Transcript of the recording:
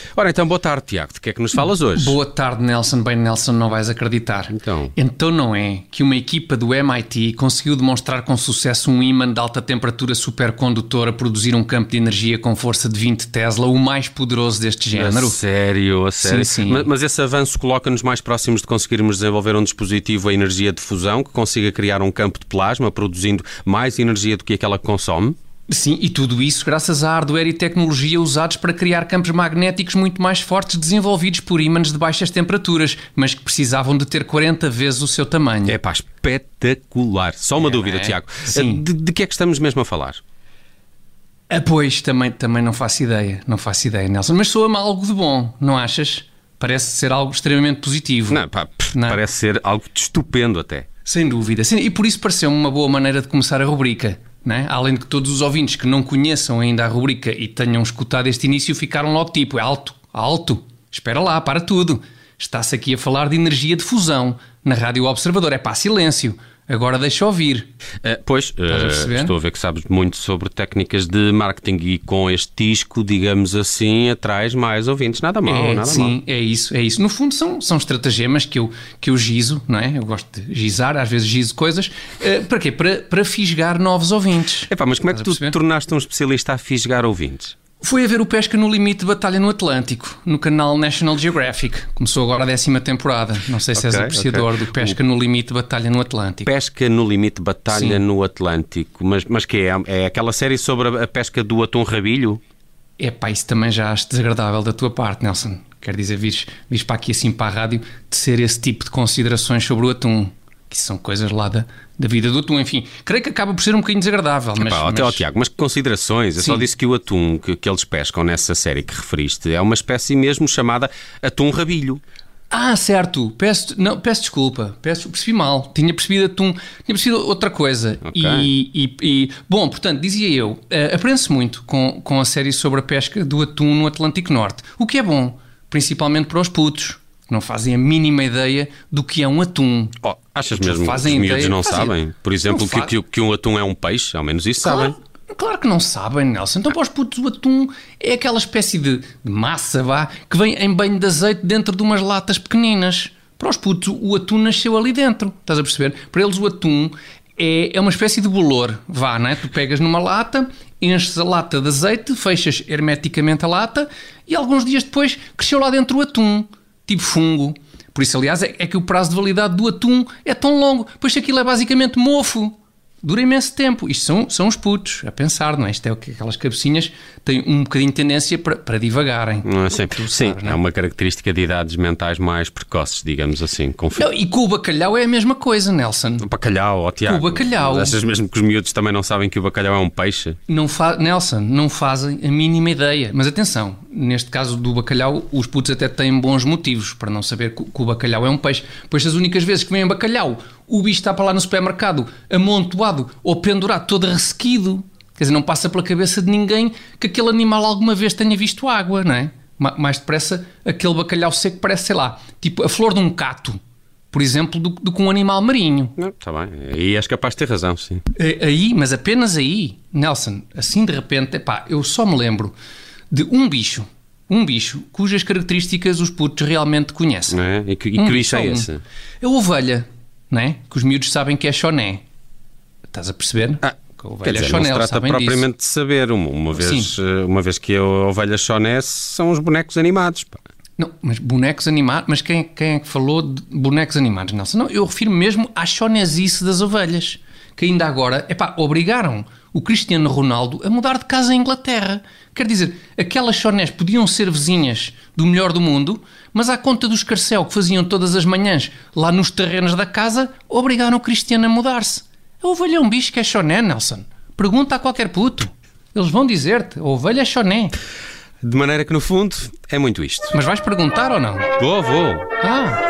Ora, então, boa tarde, Tiago. De que é que nos falas hoje? Boa tarde, Nelson. Bem, Nelson, não vais acreditar. Então não é que uma equipa do MIT conseguiu demonstrar com sucesso um ímã de alta temperatura supercondutor a produzir um campo de energia com força de 20 Tesla, o mais poderoso deste género? A sério? Sim. Mas esse avanço coloca-nos mais próximos de conseguirmos desenvolver um dispositivo a energia de fusão que consiga criar um campo de plasma, produzindo mais energia do que aquela que consome? Sim, e tudo isso graças a hardware e tecnologia usados para criar campos magnéticos muito mais fortes desenvolvidos por ímãs de baixas temperaturas, mas que precisavam de ter 40 vezes o seu tamanho. É pá, espetacular. Só uma dúvida, Tiago. Sim. De que é que estamos mesmo a falar? Pois, também não faço ideia. Não faço ideia, Nelson. Mas soa-me algo de bom, não achas? Parece ser algo extremamente positivo. Não. Parece ser algo de estupendo até. Sem dúvida. Sim, e por isso pareceu-me uma boa maneira de começar a rubrica. Não é? Além de que todos os ouvintes que não conheçam ainda a rubrica e tenham escutado este início ficaram logo tipo, alto, espera lá, para tudo. Está-se aqui a falar de energia de fusão na Rádio Observador. É pá, silêncio. Agora deixa ouvir. Estou a ver que sabes muito sobre técnicas de marketing e com este disco, digamos assim, atrás mais ouvintes. Nada mal. Sim, é isso. No fundo são estratagemas que eu gizo, não é? Eu gosto de gizar, às vezes gizo coisas. Para quê? Para fisgar novos ouvintes. Mas como é que tu te tornaste um especialista a fisgar ouvintes? Foi a ver o Pesca no Limite de Batalha no Atlântico, no canal National Geographic. Começou agora a 10ª temporada. Não sei se és apreciador do Pesca no Limite de Batalha no Atlântico. Pesca no Limite de Batalha no Atlântico. Mas que é aquela série sobre a pesca do atum rabilho? Isso também já acho desagradável da tua parte, Nelson. Quer dizer, vires para aqui assim para a rádio de ser esse tipo de considerações sobre o atum. Que são coisas lá da vida do atum, enfim. Creio que acaba por ser um bocadinho desagradável. Tiago, mas que considerações? Eu só disse que o atum que eles pescam nessa série que referiste é uma espécie mesmo chamada atum rabilho. Certo. Peço desculpa. Percebi mal. Tinha percebido outra coisa. Bom, portanto, dizia eu, aprende-se muito com a série sobre a pesca do atum no Atlântico Norte. O que é bom, principalmente para os putos. Não fazem a mínima ideia do que é um atum. Achas mesmo que os miúdos não sabem? Por exemplo, que um atum é um peixe? Ao menos isso sabem. Claro que não sabem, Nelson. Então, para os putos, o atum é aquela espécie de massa, que vem em banho de azeite dentro de umas latas pequeninas. Para os putos, o atum nasceu ali dentro. Estás a perceber? Para eles, o atum é uma espécie de bolor. Não é? Tu pegas numa lata, enches a lata de azeite, fechas hermeticamente a lata e alguns dias depois cresceu lá dentro o atum. Tipo fungo. Por isso, aliás, é que o prazo de validade do atum é tão longo, pois aquilo é basicamente mofo. Dura imenso tempo. Isto são os putos a pensar, não é? Isto é o que aquelas cabecinhas têm um bocadinho de tendência para divagarem. Sim, é uma característica de idades mentais mais precoces, digamos assim. E com o bacalhau é a mesma coisa, Nelson. O bacalhau, Tiago. O bacalhau. Mas achas mesmo que os miúdos também não sabem que o bacalhau é um peixe? Nelson, não fazem a mínima ideia. Mas atenção, neste caso do bacalhau, os putos até têm bons motivos para não saber que o bacalhau é um peixe. Pois as únicas vezes que vêm bacalhau, o bicho está para lá no supermercado, amontoado ou pendurado, todo ressequido. Quer dizer, não passa pela cabeça de ninguém que aquele animal alguma vez tenha visto água, não é? Mais depressa, aquele bacalhau seco parece, sei lá, tipo a flor de um cato, por exemplo, do que um animal marinho. Está bem, aí és capaz de ter razão, sim. Mas apenas aí, Nelson, assim de repente, eu só me lembro de um bicho cujas características os putos realmente conhecem. E que bicho é esse? É a ovelha, não é? Que os miúdos sabem que é choné. Estás a perceber? Quer dizer, não se trata propriamente de saber. Uma vez que a ovelha choné são os bonecos animados. Não, mas bonecos animados... Mas quem é que falou de bonecos animados, Nelson? Não, eu refiro mesmo à chonésice das ovelhas. Que ainda agora, obrigaram o Cristiano Ronaldo a mudar de casa em Inglaterra. Quer dizer, aquelas chonés podiam ser vizinhas do melhor do mundo, mas à conta do escarcéu que faziam todas as manhãs lá nos terrenos da casa, obrigaram o Cristiano a mudar-se. A ovelha é um bicho que é choné, Nelson. Pergunta a qualquer puto. Eles vão dizer-te, a ovelha é choné. De maneira que, no fundo, é muito isto. Mas vais perguntar ou não? Vou.